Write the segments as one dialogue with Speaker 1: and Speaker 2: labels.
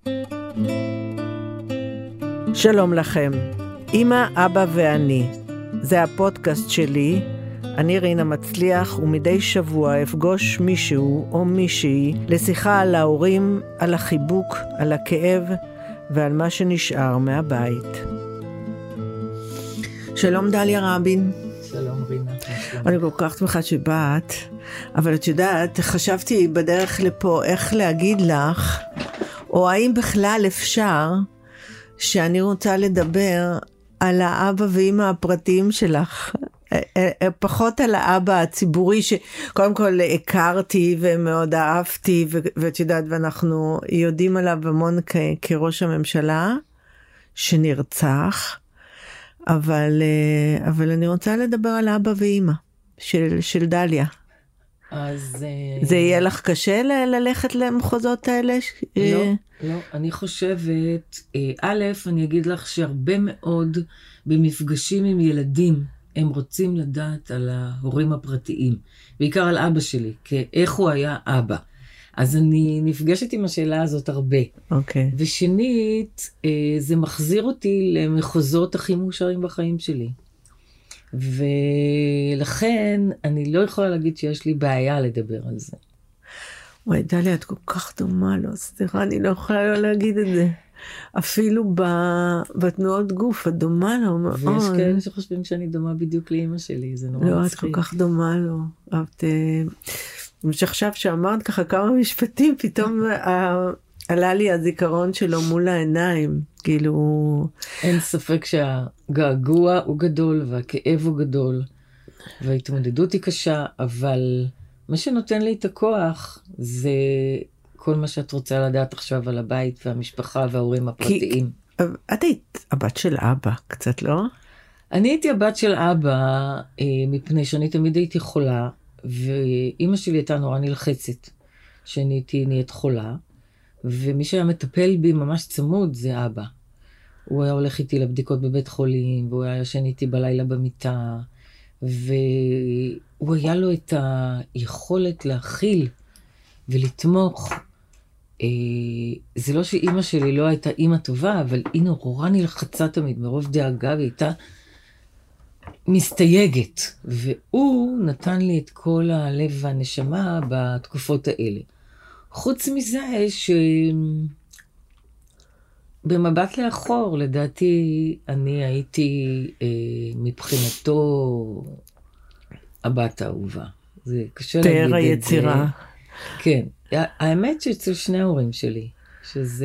Speaker 1: שלום לכם, אמא, אבא ואני. זה הפודקאסט שלי, אני רינה מצליח, ומדי שבוע אפגוש מישהו או מישהי לשיחה על ההורים, על החיבוק, על הכאב ועל מה שנשאר מהבית. שלום דליה רבין.
Speaker 2: שלום רינה.
Speaker 1: אני כל כך שמחה שבאת, אבל את יודעת, חשבתי בדרך לפה איך להגיד לך, או האם בכלל אפשר שאני רוצה לדבר על האבא ואמא הפרטיים שלך, פחות על האבא הציבורי שקודם כל הכרתי ומאוד אהבתי, ואת יודעת, ואנחנו יודעים עליו המון כראש הממשלה שנרצח, אבל אני רוצה לדבר על האבא ואמא של דליה.
Speaker 2: אז
Speaker 1: זה יהיה לך קשה ללכת למחוזות האלה?
Speaker 2: לא, אני חושבת, א', אני אגיד לך שהרבה מאוד במפגשים עם ילדים, הם רוצים לדעת על ההורים הפרטיים, בעיקר על אבא שלי, איך הוא היה אבא. אז אני נפגשת עם השאלה הזאת הרבה.
Speaker 1: אוקיי.
Speaker 2: ושנית, זה מחזיר אותי למחוזות הכי מאושרים בחיים שלי. ולכן אני לא יכולה להגיד שיש לי בעיה לדבר על זה.
Speaker 1: וואי, דליה, את כל כך דומה לו, סליחה, אני לא יכולה לא להגיד את זה. אפילו בתנועות גוף, את דומה לו מאוד.
Speaker 2: ויש כאלה שחושבים שאני דומה בדיוק לאמא שלי, זה נורא מצחיק.
Speaker 1: לא, את כל כך דומה לו. שעכשיו שאמרת ככה כמה משפטים, פתאום עלה לי הזיכרון שלו מול העיניים, כאילו...
Speaker 2: אין ספק שהגעגוע הוא גדול, והכאב הוא גדול, וההתמודדות היא קשה, אבל מה שנותן לי את הכוח, זה כל מה שאת רוצה לדעת עכשיו על הבית, והמשפחה, וההורים הפרטיים.
Speaker 1: את היית הבת של אבא, קצת לא?
Speaker 2: אני הייתי הבת של אבא, מפני שאני תמיד הייתי חולה, ואימא שלי הייתה נורא נלחצת, שאני הייתי נהיית חולה, ומי שהיה מטפל בי ממש צמוד זה אבא. הוא היה הולך איתי לבדיקות בבית חולים, והוא היה ישן איתי בלילה במיטה, והוא היה לו את היכולת להכיל ולתמוך. זה לא שאימא שלי לא הייתה אימא טובה, אבל היא נורא נלחצה תמיד, מרוב דאגה, והיא הייתה מסתייגת. והוא נתן לי את כל הלב והנשמה בתקופות האלה. חוץ מזה במבט לאחור, לדעתי, אני הייתי מבחינתו הבת האהובה. זה קשה להגיד את זה.
Speaker 1: פאר היצירה.
Speaker 2: כן. האמת שאצל שני ההורים שלי, שזה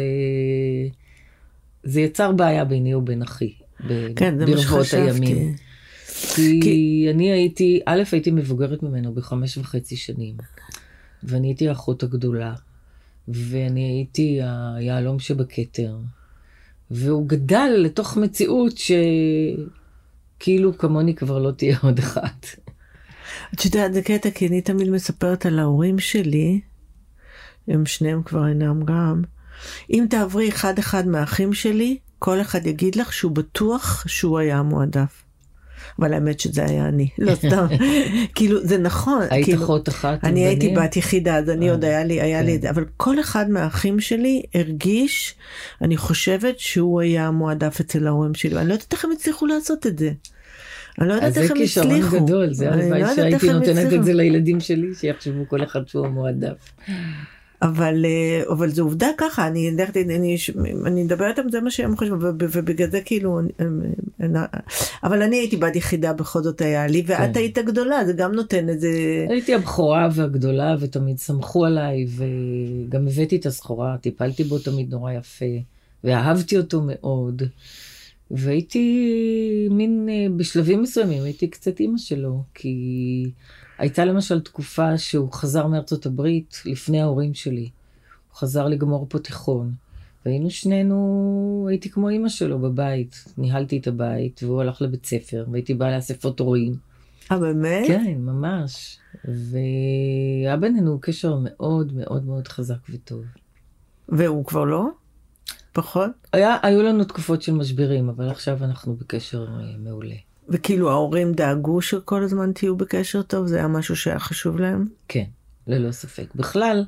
Speaker 2: יצר בעיה ביני ובין אחי.
Speaker 1: כן, זה מה שחשבתי.
Speaker 2: כי אני הייתי מבוגרת ממנו ב5.5 שנים. ואני הייתי האחות הגדולה, ואני הייתי היעלום שבכתר, והוא גדל לתוך מציאות שכאילו כמוני כבר לא תהיה עוד אחת.
Speaker 1: את יודעת, זה קטע, כי אני תמיד מספרת על ההורים שלי, הם שניהם כבר אינם גם, אם תעברי אחד מהאחים שלי, כל אחד יגיד לך שהוא בטוח שהוא היה המועדף. אבל האמת שזה היה אני, לא סתם, כאילו זה נכון.
Speaker 2: היית אחות אחת?
Speaker 1: אני הייתי בת יחידה, אז אני עוד היה לי את זה, אבל כל אחד מהאחים שלי הרגיש, אני חושבת שהוא היה מועדף אצל ההורים שלי, אני לא יודעת איך הם הצליחו לעשות את זה. אני לא יודעת איך הם הצליחו.
Speaker 2: אז זה כישרון גדול, זה הלוואי שהייתי נותנת את זה לילדים שלי, שיחשבו כל אחד שהוא מועדף.
Speaker 1: אבל זו עובדה ככה, אני מדברת על זה מה שהם חושבים, ובגלל זה כאילו, אבל אני הייתי בת יחידה בכל זאת היה לי, ואת היית הגדולה, זה גם נותן איזה...
Speaker 2: הייתי הבכורה והגדולה, ותמיד שמחו עליי, וגם הבאתי את הסחורה, טיפלתי בו תמיד נורא יפה, ואהבתי אותו מאוד, והייתי בשלבים מסוימים, הייתי קצת אמא שלו, כי... הייתה למשל תקופה שהוא חזר מארצות הברית לפני ההורים שלי. הוא חזר לגמור פה תיכון. והיינו שנינו, הייתי כמו אמא שלו בבית. ניהלתי את הבית והוא הלך לבית ספר. והייתי באה לאספות הורים.
Speaker 1: באמת?
Speaker 2: כן, ממש. והיה בינינו קשר מאוד מאוד מאוד חזק וטוב.
Speaker 1: והוא כבר לא? פחות?
Speaker 2: היו לנו תקופות של משברים, אבל עכשיו אנחנו בקשר מעולה.
Speaker 1: וכאילו ההורים דאגו שכל הזמן תהיו בקשר טוב? זה היה משהו שהיה חשוב להם?
Speaker 2: כן, ללא ספק. בכלל,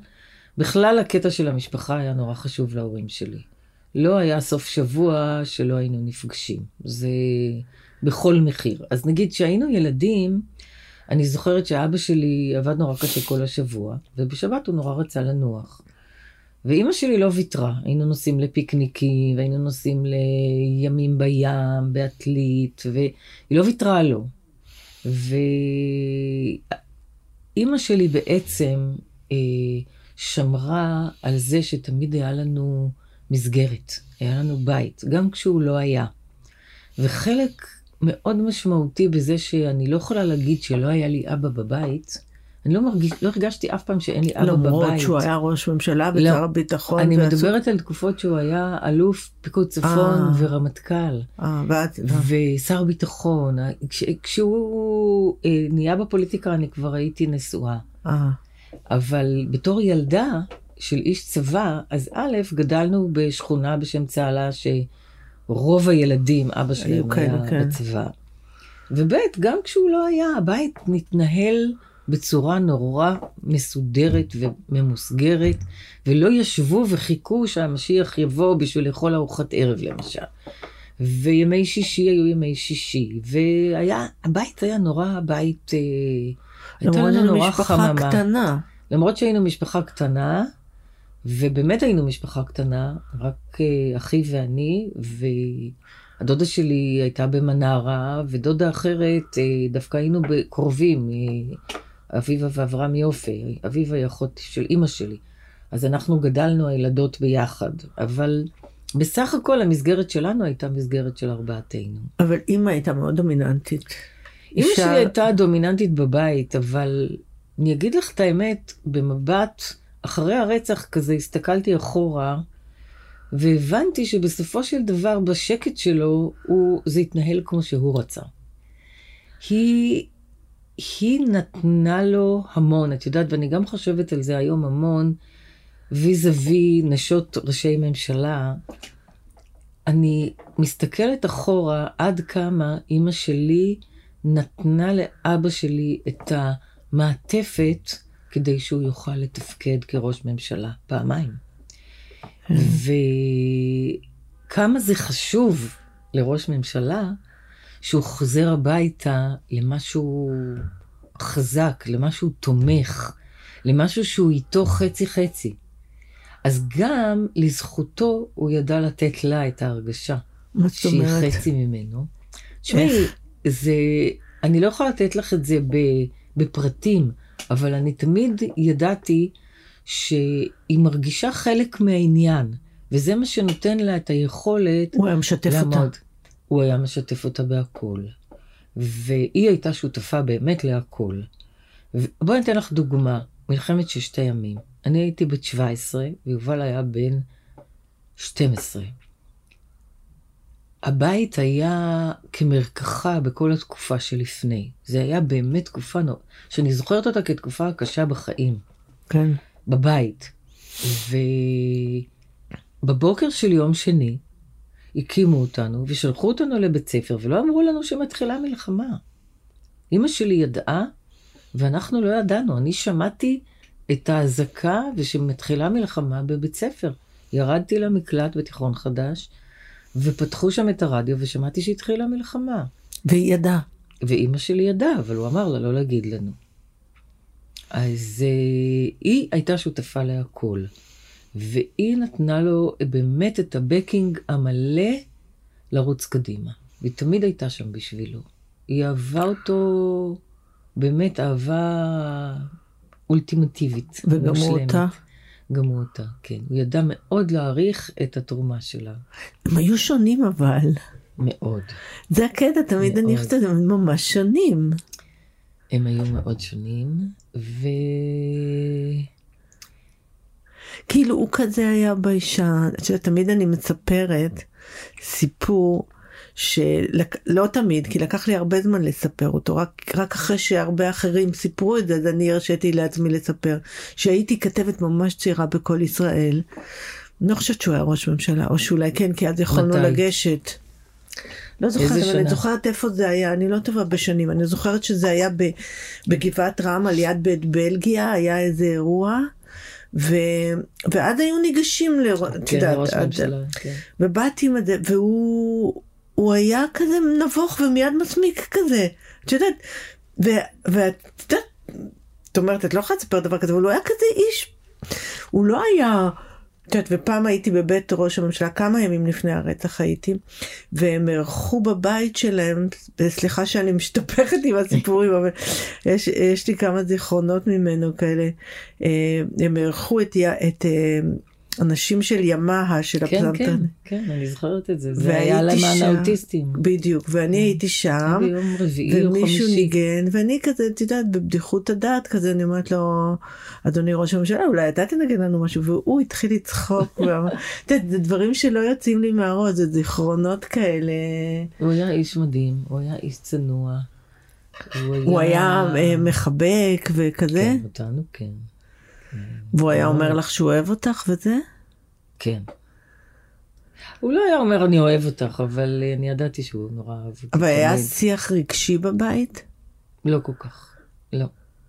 Speaker 2: בכלל הקטע של המשפחה היה נורא חשוב להורים שלי. לא היה סוף שבוע שלא היינו נפגשים. זה בכל מחיר. אז נגיד שהיינו ילדים, אני זוכרת שאבא שלי עבד נורא קשה כל השבוע, ובשבת הוא נורא רצה לנוח. ואמא שלי לא ויתרה. היינו נוסעים לפיקניקים, והיינו נוסעים לימים בים, בעתלית, והיא לא ויתרה לו. ואמא שלי בעצם שמרה על זה שתמיד היה לנו מסגרת, היה לנו בית, גם כשהוא לא היה. וחלק מאוד משמעותי בזה שאני לא יכולה להגיד שלא היה לי אבא בבית, אני לא הרגשתי אף פעם שאין לי אבא בבית.
Speaker 1: למרות שהוא היה ראש ממשלה ושר הביטחון.
Speaker 2: אני מדברת על תקופות שהוא היה אלוף פיקוד צפון ורמטכ"ל. ושר ביטחון. כשהוא נהיה בפוליטיקה אני כבר הייתי נשואה. אבל בתור ילדה של איש צבא, אז א', גדלנו בשכונה בשם צהלה שרוב הילדים, אבא שלהם היה בצבא. וב', גם כשהוא לא היה, הבית נתנהל בצורה נורא מסודרת וממוסגרת, ולא ישבו וחיכו שהמשיח יבוא בשביל לאכול ארוחת ערב למשל. וימי שישי היו ימי שישי, והבית היה נורא בית, הייתה לנו נורא חממה. קטנה. למרות שהיינו משפחה קטנה, ובאמת היינו משפחה קטנה, רק אחי ואני, והדודה שלי הייתה במנרה, ודודה אחרת, דווקא היינו קרובים, אביבה ואברהם יופי, אביבה היא אחות של אמא שלי. אז אנחנו גדלנו הילדות ביחד, אבל בסך הכל המסגרת שלנו הייתה מסגרת של ארבעתנו.
Speaker 1: אבל אמא הייתה מאוד דומיננטית.
Speaker 2: אמא שלי הייתה דומיננטית בבית, אבל אני אגיד לך את האמת, במבט, אחרי הרצח כזה הסתכלתי אחורה, והבנתי שבסופו של דבר בשקט שלו, זה התנהל כמו שהוא רצה. היא נתנה לו המון, את יודעת, ואני גם חושבת על זה היום המון, ויזווי נשות ראשי ממשלה, אני מסתכלת אחורה עד כמה אמא שלי נתנה לאבא שלי את המעטפת כדי שהוא יוכל לתפקד כראש ממשלה פעמיים. וכמה זה חשוב לראש ממשלה שהוא חוזר הביתה למשהו חזק, למשהו תומך, למשהו שהוא איתו חצי חצי. אז גם לזכותו הוא ידע לתת לה את ההרגשה שהיא חצי ממנו. תשמעי, אני לא יכולה לתת לך את זה בפרטים, אבל אני תמיד ידעתי שהיא מרגישה חלק מהעניין, וזה מה שנותן לה את היכולת
Speaker 1: הוא היה משתף
Speaker 2: לעמוד.
Speaker 1: אותה.
Speaker 2: הוא היה משתף אותה בהכל. והיא הייתה שותפה באמת להכל. בואי ניתן לך דוגמה, מלחמת ששת הימים. אני הייתי בת 17, ויובל היה בן 12. הבית היה כמרקחה בכל התקופה שלפני. זה היה באמת תקופה שאני זוכרת אותה כתקופה הקשה בחיים.
Speaker 1: כן.
Speaker 2: בבית. ובבוקר של יום שני, הקימו אותנו ושלחו אותנו לבית ספר, ולא אמרו לנו שמתחילה מלחמה. אמא שלי ידעה, ואנחנו לא ידענו. אני שמעתי את ההזקה ושמתחילה מלחמה בבית ספר. ירדתי למקלט בתיכון חדש, ופתחו שם את הרדיו, ושמעתי שהתחילה מלחמה.
Speaker 1: והיא ידעה.
Speaker 2: ואמא שלי ידעה, אבל הוא אמר לה לא להגיד לנו. אז היא הייתה שותפה להכל. והיא נתנה לו באמת את הבקינג המלא לרוץ קדימה. והיא תמיד הייתה שם בשבילו. היא אהבה אותו, באמת אהבה אולטימטיבית.
Speaker 1: וגם הוא אותה?
Speaker 2: גם הוא אותה, כן. הוא ידע מאוד להעריך את התרומה שלה.
Speaker 1: הם היו שונים אבל.
Speaker 2: מאוד.
Speaker 1: זה הקטע, תמיד אני חושבת, הם ממש שונים.
Speaker 2: הם היו מאוד שונים,
Speaker 1: כאילו הוא כזה היה ביישן, תמיד אני מספרת סיפור שלא תמיד, כי לקח לי הרבה זמן לספר אותו, רק אחרי שהרבה אחרים סיפרו את זה, אז אני הרשיתי לעצמי לספר, שהייתי כתבת ממש צעירה בכל ישראל, אני לא חושבת שהוא היה ראש ממשלה, או שאולי כן, כי אז יכולנו לגשת. לא זוכרת, אבל אני זוכרת איפה זה היה, אני לא טובה בשנים, אני זוכרת שזה היה בגבעת רם, על יד בית בלגיה, היה איזה אירוע, ועד היו ניגשים
Speaker 2: לראש ממשלה, כן.
Speaker 1: ובאתי עם זה, והוא היה כזה נבוך ומיד מסמיק כזה, את יודעת, ואת יודעת, זאת אומרת, את לא יכולה לספר דבר כזה, אבל הוא היה כזה איש, הוא לא היה, את יודעת, ופעם הייתי בבית ראש הממשלה, כמה ימים לפני הרצח הייתי, והם ערכו בבית שלהם, סליחה שאני משתפכת עם הסיפורים, אבל יש לי כמה זיכרונות ממנו כאלה, הם ערכו את אנשים של ימאה, של הפסנתרן.
Speaker 2: כן, אני זוכרת את זה. זה היה למען האוטיסטים.
Speaker 1: בדיוק, ואני הייתי שם, ומישהו ניגן, ואני כזה, את יודעת, בבדיחות הדעת כזה, אני אומרת לו, אדוני ראש הממשלה, אולי אתה תנגן לנו משהו, והוא התחיל לצחוק, את יודעת, זה דברים שלא יוצאים לי מהראש, זה זיכרונות כאלה.
Speaker 2: הוא היה איש מדהים, הוא היה איש צנוע.
Speaker 1: הוא היה מחבק וכזה?
Speaker 2: כן, אותנו כן.
Speaker 1: והוא היה אומר לך שהוא אוהב אותך וזה?
Speaker 2: כן. הוא לא היה אומר אני אוהב אותך, אבל אני ידעתי שהוא נורא אוהב אותי.
Speaker 1: אבל היה שיח רגשי בבית?
Speaker 2: לא כל כך, לא.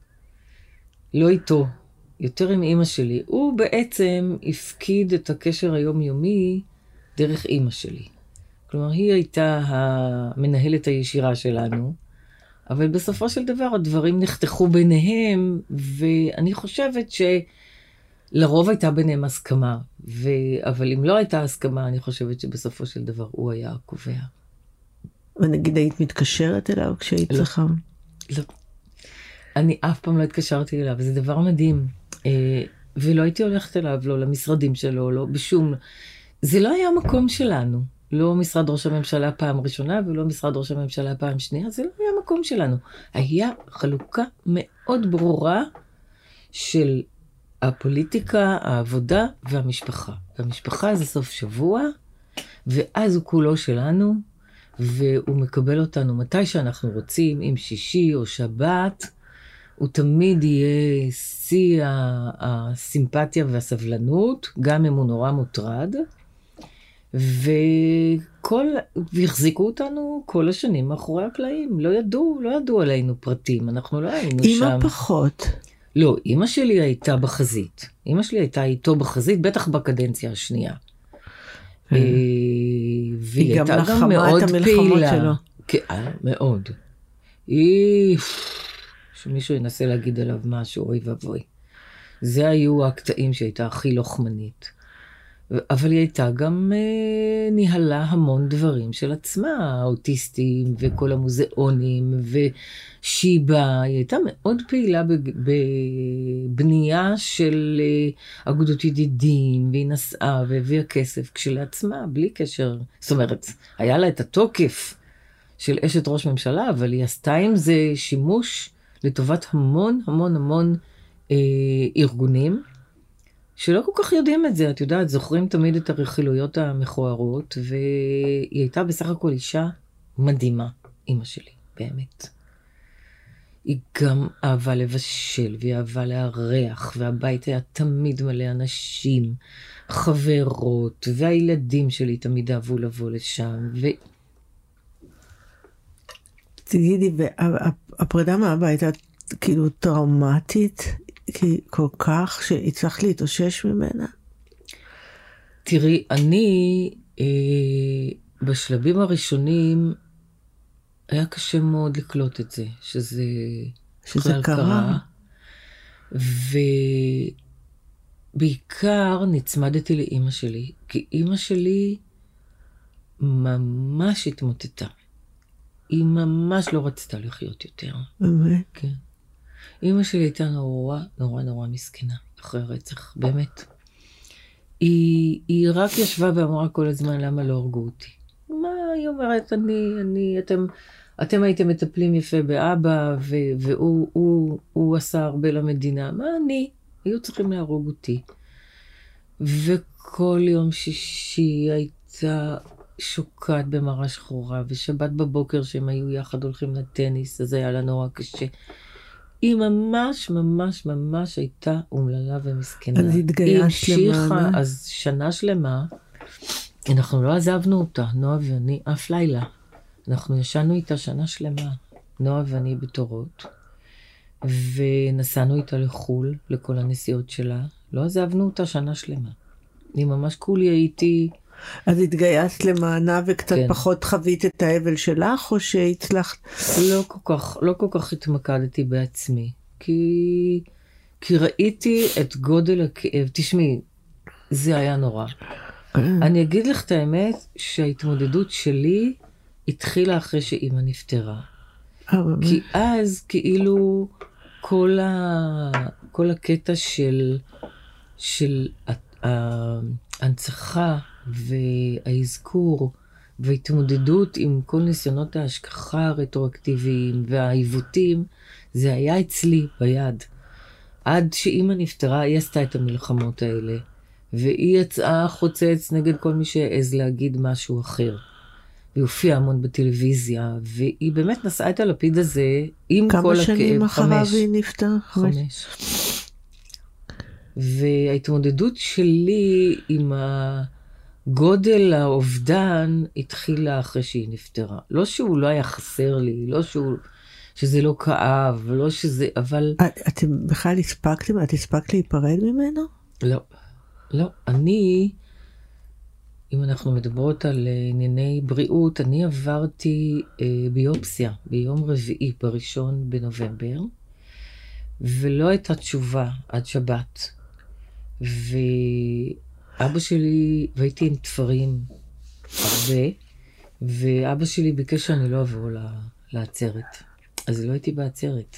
Speaker 2: לא איתו, יותר עם אמא שלי. הוא בעצם הפקיד את הקשר היומיומי דרך אמא שלי. כלומר, היא הייתה המנהלת הישירה שלנו, אבל בסופו של דבר הדברים נחתכו ביניהם, ואני חושבת שלרוב הייתה ביניהם הסכמה, אבל אם לא הייתה הסכמה, אני חושבת שבסופו של דבר הוא היה הקובע.
Speaker 1: ונגיד היית מתקשרת אליו כשהיית צריכה?
Speaker 2: לא. אני אף פעם לא התקשרתי אליו, וזה דבר מדהים. ולא הייתי הולכת אליו, לא למשרדים שלו, לא בשום... זה לא היה המקום שלנו. לא משרד ראש הממשלה פעם ראשונה, ולא משרד ראש הממשלה פעם שנייה, זה לא היה המקום שלנו. היה חלוקה מאוד ברורה של הפוליטיקה, העבודה והמשפחה. והמשפחה זה סוף שבוע, ואז הוא כולו שלנו, והוא מקבל אותנו מתי שאנחנו רוצים, עם שישי או שבת, הוא תמיד יהיה שיא הסימפתיה והסבלנות, גם אם הוא נורא מוטרד, והחזיקו אותנו כל השנים מאחורי הקלעים, לא ידעו עלינו פרטים, אנחנו לא היינו שם.
Speaker 1: אמא פחות.
Speaker 2: לא, אמא שלי הייתה בחזית, אמא שלי הייתה איתו בחזית, בטח בקדנציה השנייה. והיא
Speaker 1: גם
Speaker 2: הייתה גם מאוד פעילה. מאוד. שמישהו ינסה להגיד עליו משהו, אוי ובוי. זה היו הקטעים שהייתה הכי לוחמנית. אבל היא הייתה גם ניהלה המון דברים של עצמה, האוטיסטים וכל המוזיאונים ושיבה, היא הייתה מאוד פעילה בבנייה של אגודות ידידים, והיא נסעה והביאה כסף כשלעצמה, בלי קשר, זאת אומרת, היה לה את התוקף של אשת ראש ממשלה, אבל היא עשתה עם זה שימוש לטובת המון המון המון ארגונים, שלא כל כך יודעים את זה, את יודעת, זוכרים תמיד את הרכילויות המכוערות, והיא הייתה בסך הכל אישה מדהימה, אמא שלי, באמת. היא גם אהבה לבשל, והיא אהבה לארח, והבית היה תמיד מלא אנשים, חברות, והילדים שלי תמיד אהבו לבוא לשם,
Speaker 1: תגידי, הפרידה מהאבא הייתה כאילו טראומטית, כי כל כך שהצלחת להתאושש ממנה?
Speaker 2: תראי, אני בשלבים הראשונים היה קשה מאוד לקלוט את זה, שזה
Speaker 1: קרה.
Speaker 2: ובעיקר נצמדתי לאמא שלי, כי אמא שלי ממש התמוטטה. היא ממש לא רצתה לחיות יותר.
Speaker 1: באמת?
Speaker 2: כן. אמא שלי הייתה נורא נורא נורא מסכנה אחרי הרצח, באמת. היא רק ישבה ואמרה כל הזמן, למה לא הרגו אותי? מה היא אומרת? אתם הייתם מטפלים יפה באבא, והוא עשה הרבה למדינה. מה אני? היו צריכים להרוג אותי. וכל יום שישי הייתה שוקעת במראה שחורה, ושבת בבוקר שהם היו יחד הולכים לטניס, אז היה לה נורא קשה. היא ממש ממש ממש הייתה אומללה ומסכנה.
Speaker 1: אז התגייסת למענה.
Speaker 2: אז שנה שלמה, אנחנו לא עזבנו אותה, נועה ואני, אף לילה. אנחנו ישנו איתה שנה שלמה, נועה ואני בתורות, ונסענו איתה לחול, לכל הנסיעות שלה, לא עזבנו אותה שנה שלמה. אני ממש כולי הייתי...
Speaker 1: אז התגייסת למענה וקצת
Speaker 2: כן.
Speaker 1: פחות חווית את האבל שלך, או שהצלחת?
Speaker 2: לא כל כך התמקדתי בעצמי, כי ראיתי את גודל הכאב. תשמעי, זה היה נורא. אני אגיד לך את האמת, שההתמודדות שלי התחילה אחרי שאמא נפטרה. כי אז כאילו כל הקטע של ההנצחה והאזכור וההתמודדות עם כל ניסיונות ההשכחה הרטרואקטיביים והעיוותים, זה היה אצלי ביד. עד שאמא נפטרה, היא עשתה את המלחמות האלה, והיא יצאה חוצץ נגד כל מי שהעז להגיד משהו אחר. והיא הופיעה המון בטלוויזיה, והיא באמת נשאה את הלפיד הזה עם כל הכאב.
Speaker 1: כמה שנים אחריו היא נפטרה?
Speaker 2: 5. וההתמודדות שלי עם הגודל האובדן התחילה אחרי שהיא נפטרה. לא שהוא לא היה חסר לי, לא שזה לא כאב, לא שזה, אבל...
Speaker 1: אתם בכלל הספקתם? את הספקת להיפרד ממנו?
Speaker 2: לא. לא, אם אנחנו מדברות על ענייני בריאות, אני עברתי ביופסיה ביום רביעי ב1 בנובמבר, ולא הייתה תשובה עד שבת. ואבא שלי, והייתי עם תפרים הרבה, ואבא שלי ביקש שאני לא אבוא לעצרת. אז לא הייתי בעצרת.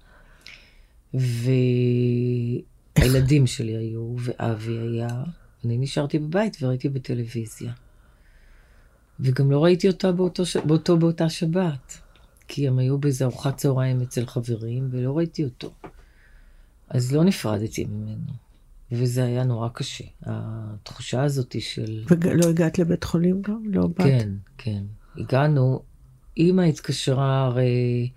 Speaker 2: הילדים שלי היו, ואבי היה, אני נשארתי בבית וראיתי בטלוויזיה. וגם לא ראיתי אותה באותה שבת, כי הם היו באיזו ארוחת צהריים אצל חברים, ולא ראיתי אותו. אז לא נפרדתי ממנו, וזה היה נורא קשה. התחושה הזאת של...
Speaker 1: ולא הגעת לבית חולים גם? לא באת?
Speaker 2: כן, כן. הגענו, אמא התקשרה, הרי...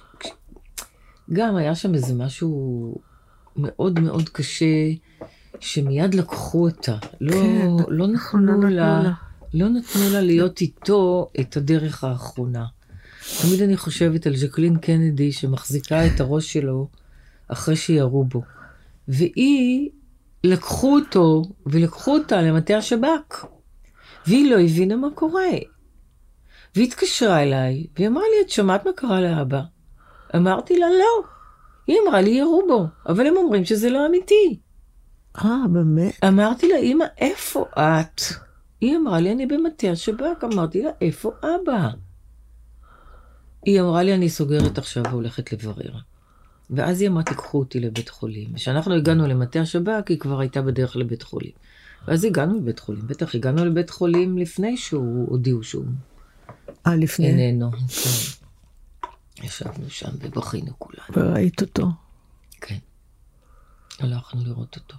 Speaker 2: גם היה שם איזה משהו... מאוד מאוד קשה, שמיד לקחו אותה. לא נתנו לה להיות איתו את הדרך האחרונה. תמיד אני חושבת על ז'קלין קנדי, שמחזיקה את הראש שלו אחרי שירו בו. והיא לקחו אותו, ולקחו אותה למטה השב"כ. והיא לא הבינה מה קורה. והיא התקשרה אליי, והיא אמרה לי, את שמעת מה קרה לאבא? אמרתי לה, לא. היא אמרה לי, ירו בו, אבל הם אומרים שזה לא אמיתי.
Speaker 1: באמת?
Speaker 2: אמרתי לה, אמא, איפה את? היא אמרה לי, אני במטה השב"כ. אמרתי לה, איפה אבא? היא אמרה לי, אני סוגרת עכשיו והולכת לברר. ואז היא אמרה, תיקחו אותי לבית חולים. כשאנחנו הגענו למטה השב"כ, היא כבר הייתה בדרך לבית חולים. ואז הגענו לבית חולים. בטח הגענו לבית חולים לפני שהוא הודיעו שהוא.
Speaker 1: לפני?
Speaker 2: איננו, כן. ישבנו שם ובכינו כולנו.
Speaker 1: וראית אותו?
Speaker 2: כן. הלכנו לראות אותו.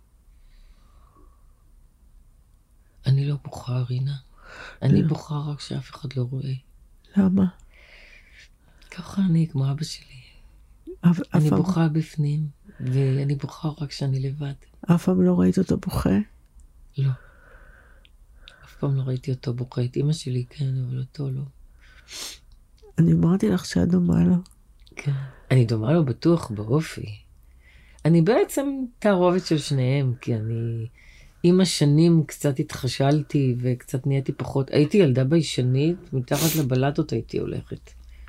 Speaker 2: אני לא בוכה, רינה. אני בוכה רק שאף אחד לא רואה.
Speaker 1: למה?
Speaker 2: ככה אני, כמו אבא שלי. אני בוכה בפנים, ואני בוכה רק שאני לבד.
Speaker 1: אף פעם לא ראית אותו בוכה?
Speaker 2: לא. אף פעם לא ראיתי אותו בוכה. את אמא שלי כן, אבל אותו לא.
Speaker 1: אני אמרתי לך שאת דומה לו.
Speaker 2: כן. אני דומה לו בטוח באופי. אני בעצם תערובת של שניהם, כי אני עם השנים קצת התחשלתי וקצת נהייתי פחות. הייתי ילדה ביישנית, מתחת לבלטות הייתי הולכת.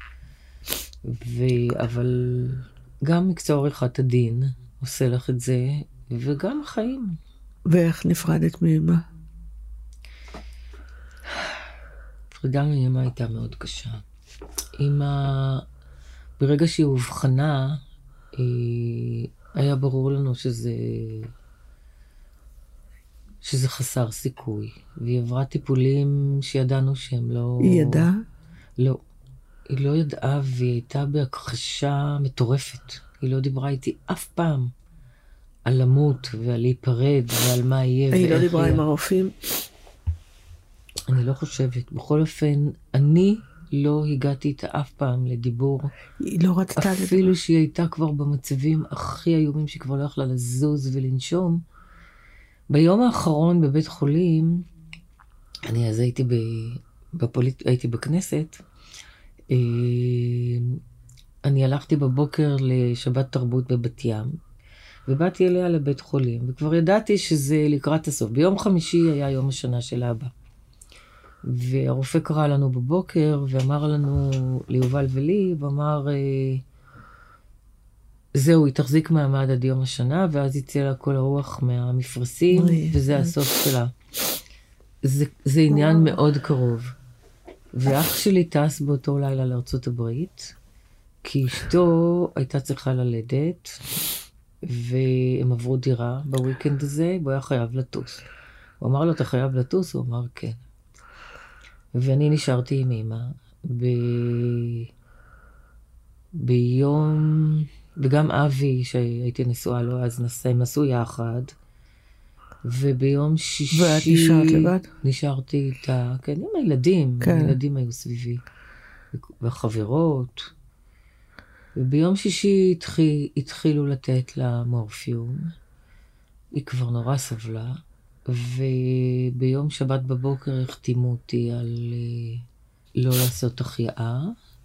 Speaker 2: אבל גם מקצוע עריכת הדין עושה לך את זה, וגם החיים.
Speaker 1: ואיך נפרדת מאמא?
Speaker 2: פרידה מאמא הייתה מאוד קשה. אמא, ברגע שהיא הובחנה, היה ברור לנו שזה חסר סיכוי. והיא עברה טיפולים שידענו שהם לא...
Speaker 1: היא ידעה?
Speaker 2: לא. היא לא ידעה, והיא הייתה בהכחשה מטורפת. היא לא דיברה איתי אף פעם על למות ועל להיפרד ועל מה יהיה.
Speaker 1: היא לא דיברה עם הרופאים?
Speaker 2: אני לא חושבת. בכל אופן, אני לא הגעתי איתה אף פעם לדיבור.
Speaker 1: היא לא רצתה לדבר.
Speaker 2: אפילו שהיא הייתה כבר במצבים הכי איומים, שהיא כבר לא יכלה לזוז ולנשום. ביום האחרון בבית חולים, אני אז הייתי בכנסת, אני הלכתי בבוקר לשבת תרבות בבת ים, ובאתי אליה לבית חולים, וכבר ידעתי שזה לקראת הסוף. ביום חמישי היה יום השנה של אבא. והרופא קרא לנו בבוקר, ואמר לנו, ליובל ולי, ואמר, זהו, היא תחזיק מעמד עד יום השנה, ואז יצא לה כל הרוח מהמפרשים, וזה הסוף שלה. זה עניין מאוד קרוב. ואח שלי טס באותו לילה לארצות הברית, כי אשתו הייתה צריכה ללדת, והם עברו דירה בוויקנד הזה, והוא היה חייב לטוס. הוא אמר לו, אתה חייב לטוס? הוא אמר, כן. ואני נשארתי עם אמא, ביום, וגם אבי, שהייתי נשואה לו, אז הם נסעו יחד, וביום שישי...
Speaker 1: ואת נשארת לבד?
Speaker 2: נשארתי איתה, כן, עם הילדים, כן. הילדים היו סביבי, והחברות, וביום שישי התחילו לתת לה מורפיום, היא כבר נורא סבלה, וביום שבת בבוקר החתימו אותי על לא לעשות החייאה,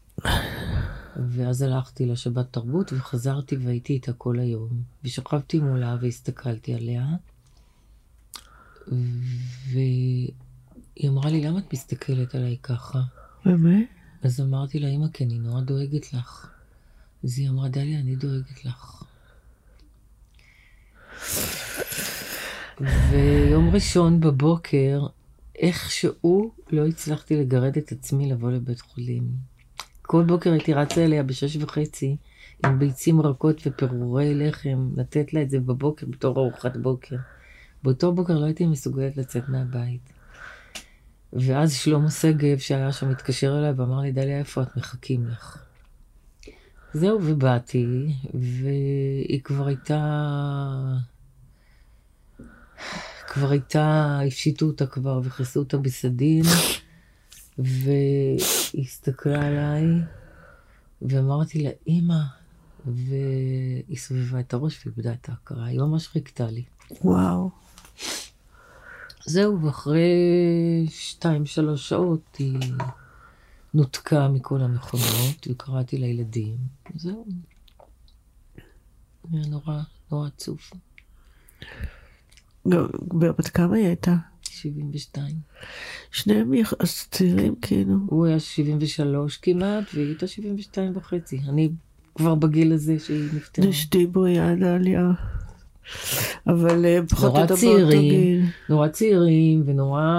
Speaker 2: ואז הלכתי לשבת תרבות וחזרתי והייתי איתה כל היום, ושכבתי מולה והסתכלתי עליה, והיא אמרה לי, למה את מסתכלת עליי ככה?
Speaker 1: באמת?
Speaker 2: אז אמרתי לה, אמא, כן, אני נורא דואגת לך. אז היא אמרה, דליה, אני דואגת לך. ויום ראשון בבוקר, איכשהו לא הצלחתי לגרד את עצמי לבוא לבית חולים. כל בוקר הייתי רצה אליה ב6:30 עם ביצים רכות ופירורי לחם, לתת לה את זה בבוקר בתור ארוחת בוקר. באותו בוקר לא הייתי מסוגלת לצאת מהבית. ואז שלמה שגב שהיה שם התקשר אליי ואמר לי, דליה, איפה את? מחכים לך. זהו, ובאתי, והיא כבר הייתה, הפשיטו אותה כבר וכיסו אותה בסדין, והיא הסתכלה עליי, ואמרתי לה, אמא, והיא סובבה את הראש ואיבדה את ההכרה, היא ממש חיכתה לי.
Speaker 1: וואו.
Speaker 2: זהו, ואחרי 2-3 שעות היא נותקה מכל המכונות, וקראתי לילדים, זהו. היה נורא עצוב.
Speaker 1: בת כמה היא הייתה?
Speaker 2: 72.
Speaker 1: שניהם צעירים כאילו.
Speaker 2: הוא היה 73 כמעט, והיא הייתה 72.5. אני כבר בגיל הזה שהיא נפטרה.
Speaker 1: אשתי בריאה דליה. אבל פחות או יותר באותו גיל.
Speaker 2: נורא צעירים ונורא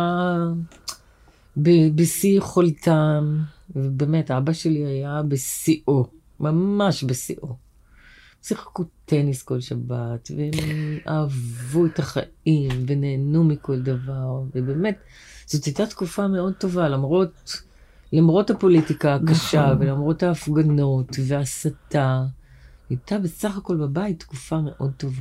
Speaker 2: בשיא יכולתם. ובאמת, אבא שלי היה בשיאו, ממש בשיאו. שיחקו טניס כל שבת, והם אהבו את החיים, ונהנו מכל דבר, ובאמת, זאת הייתה תקופה מאוד טובה, למרות הפוליטיקה הקשה, ולמרות ההפגנות, והסתה, הייתה בסך הכל בבית תקופה מאוד טובה.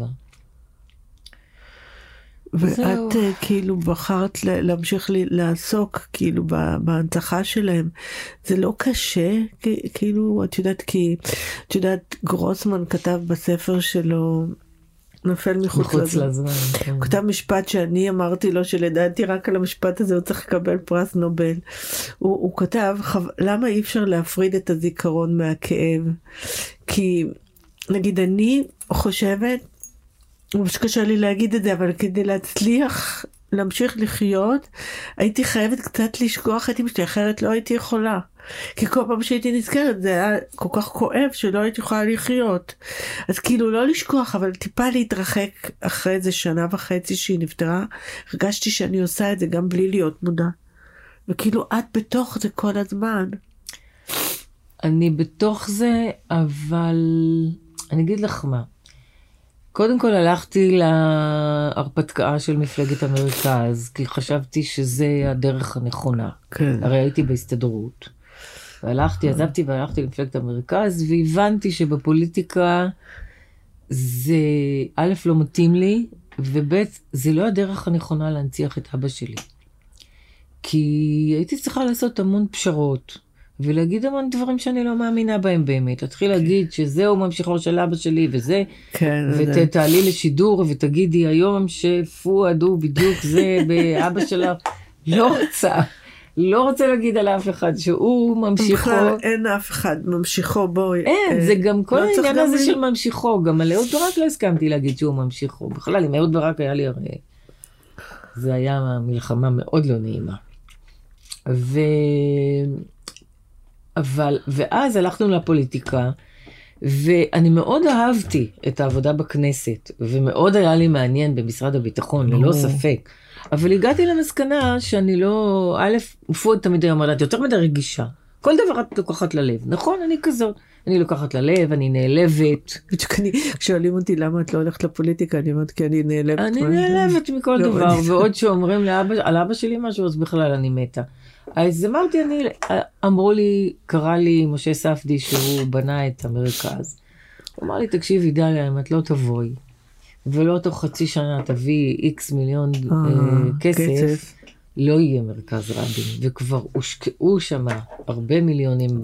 Speaker 1: ואת כאילו בחרת להמשיך לעסוק כאילו בהנצחה שלהם. זה לא קשה, כאילו, את יודעת, גרוסמן כתב בספר שלו, נופל מחוץ לזמן. הוא כתב משפט שאני אמרתי לו, שלדעתי רק על המשפט הזה הוא צריך לקבל פרס נובל. הוא כתב, למה אי אפשר להפריד את הזיכרון מהכאב? כי, נגיד, אני חושבת, ממש קשה לי להגיד את זה, אבל כדי להצליח להמשיך לחיות, הייתי חייבת קצת לשכוח את אמא שלי, אחרת לא הייתי יכולה. כי כל פעם שהייתי נזכרת, זה היה כל כך כואב שלא הייתי יכולה לחיות. אז כאילו לא לשכוח, אבל טיפה להתרחק אחרי איזה 1.5 שנה שהיא נפטרה, הרגשתי שאני עושה את זה גם בלי להיות מודע. וכאילו את בתוך זה כל הזמן.
Speaker 2: אני בתוך זה, אבל אני אגיד לך מה. קודם כל הלכתי להרפתקה של מפלגת המרכז, כי חשבתי שזה הדרך הנכונה.
Speaker 1: כן.
Speaker 2: הרי הייתי בהסתדרות. עזבתי והלכתי למפלגת המרכז, והבנתי שבפוליטיקה זה א' לא מתאים לי, וב' זה לא הדרך הנכונה להנציח את אבא שלי. כי הייתי צריכה לעשות המון פשרות. ולהגיד המון דברים שאני לא מאמינה בהם באמת. להתחיל להגיד שזהו ממשיכו של אבא שלי וזה, ותעלי לשידור ותגידי היום שפועד הוא בדיוק זה באבא שלה. לא רוצה. לא רוצה להגיד על אף אחד שהוא ממשיכו.
Speaker 1: בכלל אין אף אחד, ממשיכו בואי.
Speaker 2: אין, זה גם כל
Speaker 1: לא צריך
Speaker 2: העניין
Speaker 1: גם
Speaker 2: הזה
Speaker 1: לי-
Speaker 2: של ממשיכו, גם על אהוד ברק לא הסכמתי להגיד שהוא ממשיכו. בכלל, עם אהוד ברק היה לי הרי, זה היה מלחמה מאוד לא נעימה. ואז הלכנו לפוליטיקה, ואני מאוד אהבתי את העבודה בכנסת, ומאוד היה לי מעניין במשרד הביטחון, ללא ספק. אבל הגעתי למסקנה שאני לא, פואד תמיד היה אומר, את יותר מדי רגישה. כל דבר את לוקחת ללב. נכון, אני כזאת. אני לוקחת ללב, אני נעלבת.
Speaker 1: כששואלים אותי למה את לא הולכת לפוליטיקה, אני אומרת כי אני נעלבת.
Speaker 2: אני נעלבת מכל
Speaker 1: לא,
Speaker 2: דבר,
Speaker 1: אני-
Speaker 2: ועוד שאומרים על אבא שלי משהו, אז בכלל אני מתה. אז אמרתי, אמרו לי, קרא לי משה ספדי שהוא בנה את המרכז. הוא אמר לי, תקשיבי דליה, אם את לא תבואי, ולא תוך חצי שנה תביא איקס מיליון כסף, לא יהיה מרכז רבין, וכבר הושקעו שם הרבה מיליונים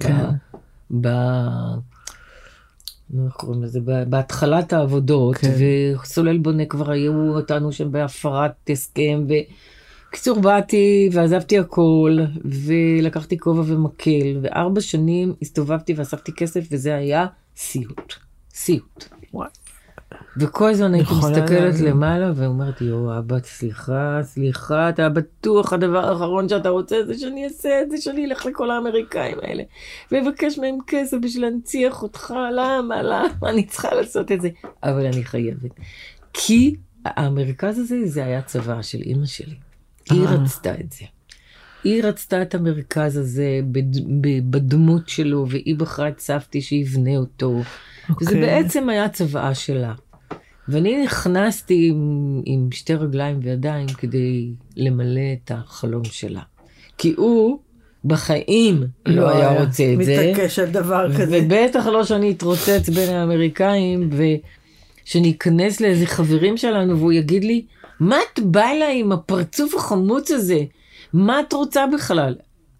Speaker 2: איך קוראים לזה? בהתחלת העבודות, וסולל בונה כבר היו אותנו שם בהפרת הסכם, קיצור באתי ועזבתי הכל, ולקחתי כובע ומקל, ו4 שנים הסתובבתי ואספתי כסף, וזה היה סיוט. סיוט. וכל הזמן הייתי מסתכלת למעלה, ואומרת, יו, אבא, סליחה, אתה בטוח הדבר האחרון שאתה רוצה, זה שאני אעשה את זה, שאני אלך לכל האמריקאים האלה, ובקש מהם כסף בשביל להנציח אותך, למה, אני צריכה לעשות את זה, אבל אני חייבת. כי המרכז הזה, זה היה צבא של אמא שלי. היא רצתה את זה. היא רצתה את המרכז הזה בדמות שלו, והיא בחרה את סבתי שיבנה אותו. וזה בעצם היה צבאה שלה. ואני נכנסתי עם 2 רגליים וידיים כדי למלא את החלום שלה. כי הוא בחיים לא היה רוצה את זה.
Speaker 1: מתעקש על דבר כזה.
Speaker 2: ובטח לא שאני אתרוצץ בין האמריקאים, ושאני אכנס לאיזה חברים שלנו, והוא יגיד לי, מה את באה לה עם הפרצוף החמוץ הזה? מה את רוצה בכלל?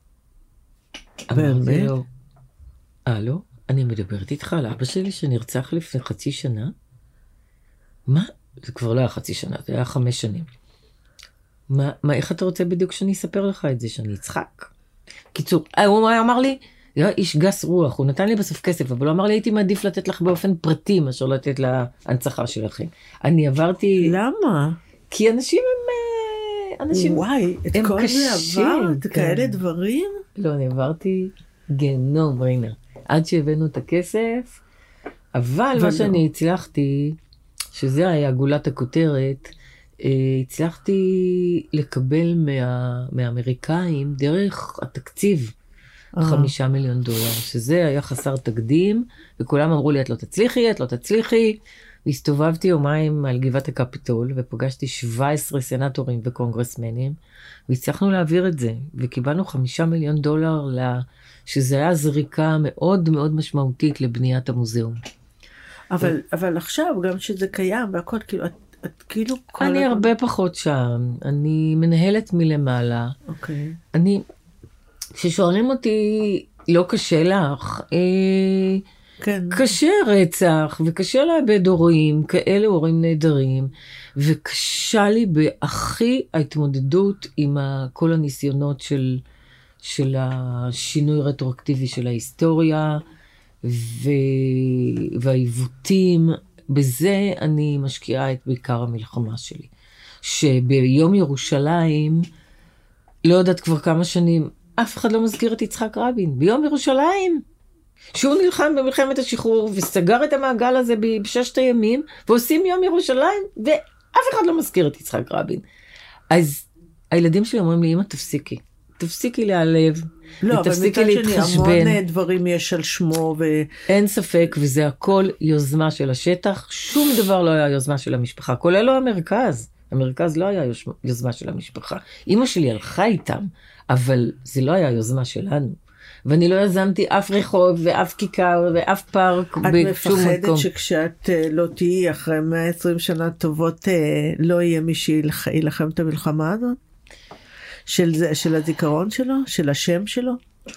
Speaker 1: באמת?
Speaker 2: לא, אני מדברת איתך על אבא שלי שנרצח לפני חצי שנה? מה? זה כבר לא היה חצי שנה, זה היה 5 שנים. איך אתה רוצה בדיוק שאני אספר לך את זה, שאני אצחק? קיצור, הוא אמר לי, איש גס רוח, הוא נתן לי בסוף כסף, אבל הוא אמר לי, הייתי מעדיף לתת לך באופן פרטי, מאשר לתת להנצחה שלכם. אני עברתי...
Speaker 1: למה?
Speaker 2: כי אנשים הם...
Speaker 1: וואי, את כל זה עברת, כאלה דברים?
Speaker 2: לא, אני עברתי גיהנום, רינה. עד שהבאנו את הכסף, אבל מה שאני הצלחתי, שזה היה גולת הכותרת, הצלחתי לקבל מהאמריקאים דרך התקציב 5 מיליון דולר, שזה היה חסר תקדים, וכולם אמרו לי, את לא תצליחי, והסתובבתי יומיים על גבעת הקפיטול, ופגשתי 17 סנטורים וקונגרסמנים, והצלחנו להעביר את זה, וקיבלנו 5 מיליון דולר, שזה היה זריקה מאוד מאוד משמעותית לבניית המוזיאום.
Speaker 1: אבל עכשיו, גם שזה קיים, והכל, כאילו, את כאילו...
Speaker 2: אני הרבה פחות שם, אני מנהלת מלמעלה.
Speaker 1: אוקיי.
Speaker 2: כששואלים אותי, לא קשה לך?
Speaker 1: כן.
Speaker 2: קשה רצח, וקשה לאבד הורים, כאלה הורים נהדרים, וקשה לי בהכי ההתמודדות עם כל הניסיונות של השינוי רטרואקטיבי של ההיסטוריה, והעיוותים, בזה אני משקיעה את בעיקר המלחמה שלי. שביום ירושלים, לא יודעת כבר כמה שנים, אף אחד לא מזכיר את יצחק רבין. ביום ירושלים, שהוא נלחם במלחמת השחרור, וסגר את המעגל הזה ב6 הימים, ועושים יום ירושלים, ואף אחד לא מזכיר את יצחק רבין. אז הילדים שלי אומרים לי, אמא, תפסיקי להיעלב,
Speaker 1: לא, אבל
Speaker 2: ותפסיקי להתחשבן.
Speaker 1: המון דברים יש על שמו.
Speaker 2: אין ספק, וזה הכל יוזמה של השטח, שום דבר לא היה יוזמה של המשפחה, כולל לא המרכז. המרכז לא היה יוזמה של המשפחה. אמא שלי הלכה איתם, אבל זה לא היה יוזמה שלנו. ואני לא יזמתי אף רחוב ואף כיכר ואף פארק בשום מקום.
Speaker 1: את מפחדת שכשאת לא תהיי אחרי 120 שנה טובות, לא יהיה מי שילחם את המלחמה הזאת? של הזיכרון שלו? של השם שלו?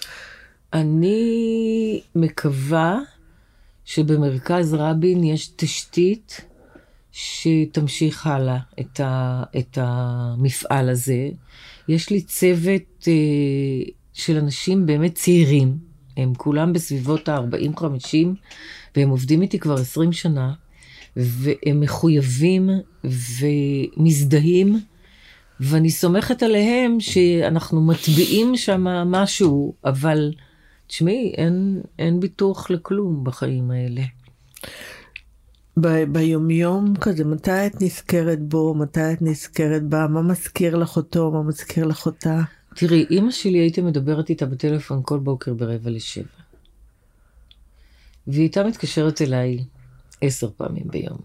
Speaker 2: אני מקווה שבמרכז רבין יש תשתית שתמשיך הלאה את המפעל הזה, יש לי צוות של אנשים באמת צעירים, הם כולם בסביבות ה-40-50, והם עובדים איתי כבר 20 שנה, והם מחויבים ומזדהים, ואני סומכת עליהם שאנחנו מטביעים שם משהו, אבל תשמעי, אין ביטוח לכלום בחיים האלה.
Speaker 1: ביומיום כזה, מתי את נזכרת בו, מתי את נזכרת בה, מה מזכיר לך אותו, מה מזכיר לך אותה?
Speaker 2: תראי, אמא שלי הייתי מדברת איתה בטלפון כל בוקר 6:45. והיא הייתה מתקשרת אליי 10 פעמים ביום.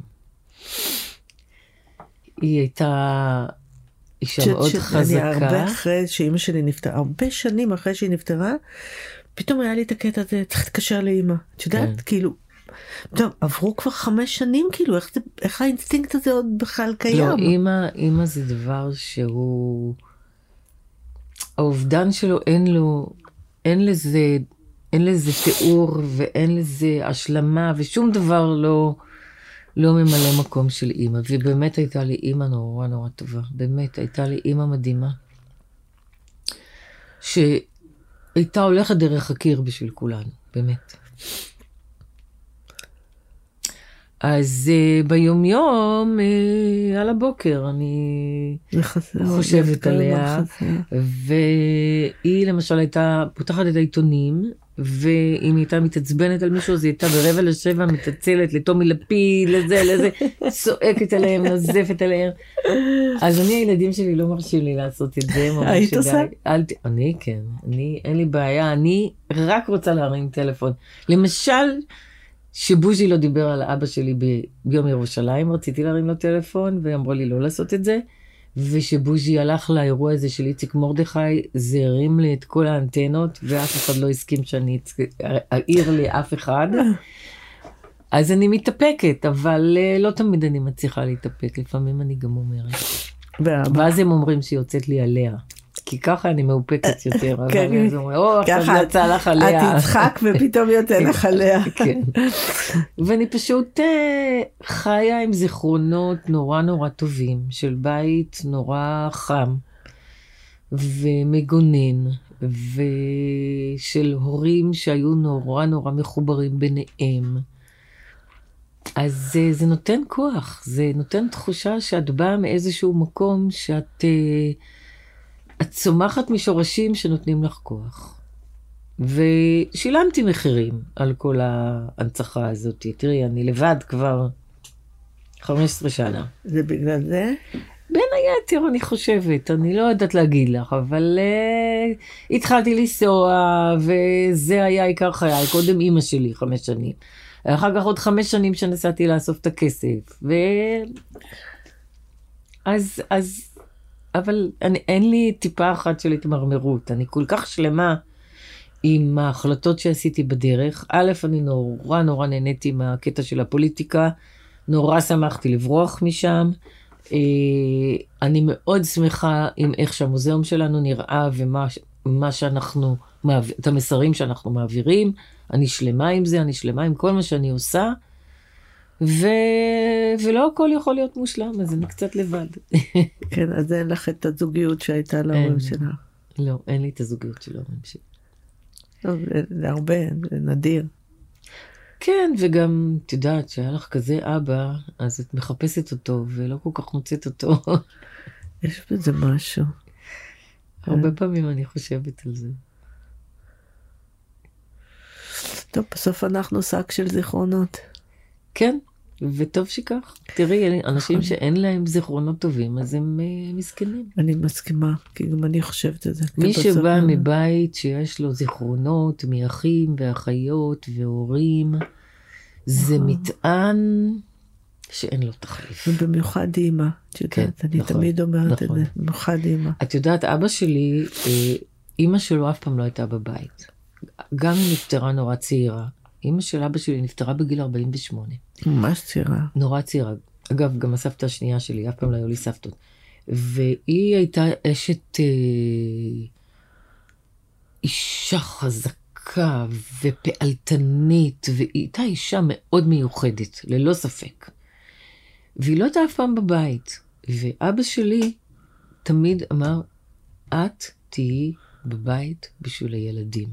Speaker 2: היא הייתה אישה מאוד חזקה.
Speaker 1: אני הרבה אחרי שאמא שלי נפטרה, הרבה שנים אחרי שהיא נפטרה, פתאום היה לי את הקטע הזה, צריך להתקשר לאמא. את יודעת, כאילו, טוב, עברו כבר 5 שנים, כאילו, איך האינסטינקט הזה עוד בכלל קיים?
Speaker 2: לא, אמא זה דבר שהוא, האובדן שלו אין לזה תיאור, ואין לזה השלמה, ושום דבר לא ממלא מקום של אמא. ובאמת הייתה לי אמא נורא נורא טובה. באמת הייתה לי אמא מדהימה. שהייתה הולכת דרך הקיר בשביל כולנו, באמת. אז ביומיום, על הבוקר, אני חושבת עליה, והיא למשל הייתה פותחת את העיתונים, ואם היא הייתה מתעצבנת על מישהו, אז היא הייתה 6:45 מתעצלת לתומי לפיד, לזה, צועקת עליהם, נזפת עליהם. אז הילדים שלי לא מרשים לי לעשות את זה.
Speaker 1: היית עושה?
Speaker 2: אני כן, אין לי בעיה, אני רק רוצה להרים טלפון. למשל, שבוז'י לא דיבר על האבא שלי ביום ירושלים, רציתי להרים לו טלפון, ואמרו לי לא לעשות את זה, ושבוז'י הלך לאירוע הזה של איציק מרדכי, זה הרים לי את כל האנטנות, ואף אחד לא הסכים שאני אעיר לי אף אחד. אז אני מתאפקת, אבל לא תמיד אני מצליחה להתאפק, לפעמים אני גם אומרת. ואז הם אומרים שיוצאת לי עליה. כי ככה אני מאופקת יותר, אבל אז אומרים, עכשיו יצא לך עליה.
Speaker 1: את תצחק ופתאום יוצא לך עליה.
Speaker 2: כן. ואני פשוט חיה עם זיכרונות נורא נורא טובים, של בית נורא חם, ומגונן, ושל הורים שהיו נורא נורא מחוברים ביניהם. אז זה נותן כוח, זה נותן תחושה שאת באה מאיזשהו מקום שאת צומחת משורשים שנותנים לך כוח. ושילמתי מחירים על כל ההנצחה הזאת. תראי, אני לבד כבר 15 שנה.
Speaker 1: זה בגלל זה?
Speaker 2: בין היתר, אני חושבת. אני לא יודעת להגיד לך, אבל התחלתי לנסוע, וזה היה עיקר חיי. קודם אמא שלי 5 שנים. אחר כך עוד 5 שנים שנסעתי לאסוף את הכסף. אבל אין לי טיפה אחת של התמרמרות. אני כל כך שלמה עם ההחלטות שעשיתי בדרך. א', אני נורא נורא נהניתי מהקטע של הפוליטיקה. נורא שמחתי לברוח משם. אני מאוד שמחה עם איך שהמוזיאום שלנו נראה, ומה שאנחנו, את המסרים שאנחנו מעבירים. אני שלמה עם זה, אני שלמה עם כל מה שאני עושה. ולא הכל יכול להיות מושלם, אז אני קצת לבד.
Speaker 1: כן, אז אין לך את הזוגיות שהייתה להורים שלך.
Speaker 2: לא, אין לי את הזוגיות של ההורים שלי.
Speaker 1: זה הרבה, זה נדיר.
Speaker 2: כן, וגם, את יודעת, שהיה לך כזה אבא, אז את מחפשת אותו, ולא כל כך מוצאת אותו.
Speaker 1: יש בזה משהו.
Speaker 2: הרבה פעמים אני חושבת על זה.
Speaker 1: טוב, בסוף אנחנו שק של זיכרונות.
Speaker 2: כן, וטוב שכך. תראי, אנשים שאין להם זיכרונות טובים, אז הם מסכנים.
Speaker 1: אני מסכימה, כי גם אני חושבת את זה.
Speaker 2: מי שבא מבית שיש לו זיכרונות מאחים ואחיות והורים, זה מטען שאין לו תחליף.
Speaker 1: ובמיוחד אימא, את יודעת, אני תמיד אומרת את זה, במיוחד אימא.
Speaker 2: את יודעת, אבא שלי, אימא שלו אף פעם לא הייתה בבית. גם היא נפטרה נורא צעירה. אמא של אבא שלי נפטרה בגיל 48.
Speaker 1: ממש צעירה.
Speaker 2: נורא צעירה. אגב, גם הסבתא השנייה שלי, אף פעם לא היו לי סבתות. והיא הייתה אישה חזקה ופעלתנית, והיא הייתה אישה מאוד מיוחדת, ללא ספק. והיא לא הייתה אף פעם בבית. ואבא שלי תמיד אמר, את תהיי בבית בשביל הילדים.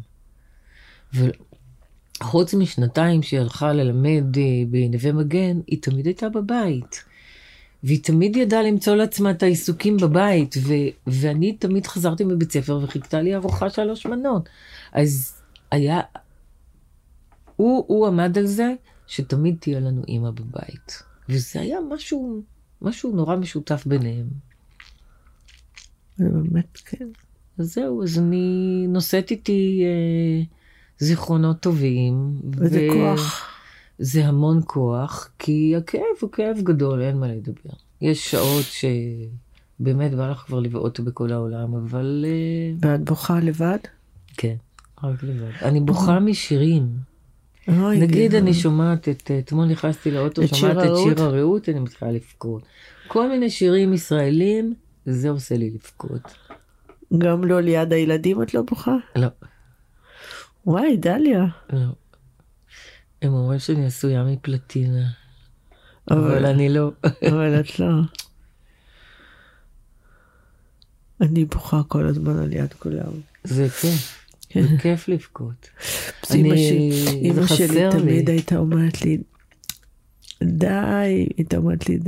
Speaker 2: וחוץ משנתיים שהיא הלכה ללמד בנווה מגן, היא תמיד הייתה בבית. והיא תמיד ידעה למצוא לעצמה את העיסוקים בבית, ואני תמיד חזרתי מבית ספר וחיכתה לי ארוחה 3 מנות. אז היה, הוא עמד על זה שתמיד תהיה לנו אמא בבית. וזה היה משהו נורא משותף ביניהם.
Speaker 1: זה באמת, כן.
Speaker 2: אז זהו, אז אני נושאת איתי זיכרונות טובים.
Speaker 1: וזה כוח.
Speaker 2: זה המון כוח, כי הכאב הוא כאב גדול, אין מה לדבר. יש שעות שבאמת בא לך כבר לבעוט בכל העולם, אבל...
Speaker 1: ואת בוכה לבד?
Speaker 2: כן, רק לבד. אני בוכה משירים. נגיד אני שומעת אתמול נכנסתי לאוטו, שומעת את שיר הרעות, אני מתחילה לבכות. כל מיני שירים ישראלים, זה עושה לי לבכות.
Speaker 1: גם לא ליד הילדים את לא בוכה?
Speaker 2: לא.
Speaker 1: וואי, דליה.
Speaker 2: לא. הם אומרים שאני עשויה מפלטינה, אבל אני לא.
Speaker 1: אבל את לא. אני בוכה כל הזמן על יד כולם.
Speaker 2: זה כיף. זה כיף לבכות.
Speaker 1: אמא שלי תמיד הייתה אומרת לי, די, הייתה אומרת לי,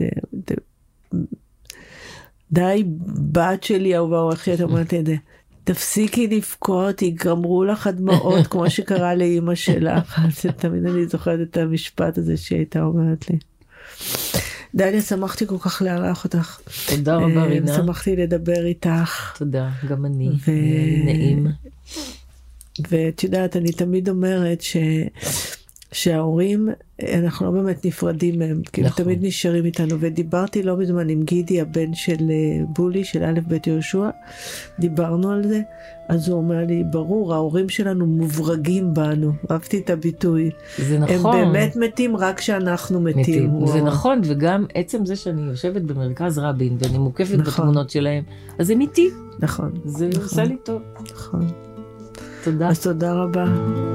Speaker 1: די, בת שלי אהובה או אחי, הייתה אומרת לי, תפסיקי לבכות, יגמרו לך הדמעות, כמו שקרה לאמא שלך. תמיד אני זוכרת את המשפט הזה שהייתה אומרת לי. דליה, שמחתי כל כך לארח אותך.
Speaker 2: תודה רבה, רינה.
Speaker 1: שמחתי לדבר איתך.
Speaker 2: תודה, גם אני. נעים.
Speaker 1: ואת יודעת, אני תמיד אומרת שההורים, אנחנו לא באמת נפרדים מהם, כי הם תמיד נשארים איתנו, ודיברתי לא מזמן עם גידי, הבן של בולי, של א' ב' יהושע, דיברנו על זה, אז הוא אומר לי, ברור, ההורים שלנו מוברגים בנו, אהבתי את הביטוי.
Speaker 2: זה נכון.
Speaker 1: הם באמת מתים רק כשאנחנו מתים.
Speaker 2: זה נכון, וגם עצם זה שאני יושבת במרכז רבין, ואני מוקפת בתמונות שלהם, אז הם איתי.
Speaker 1: נכון.
Speaker 2: זה עושה לי טוב.
Speaker 1: נכון.
Speaker 2: תודה.
Speaker 1: אז תודה רבה.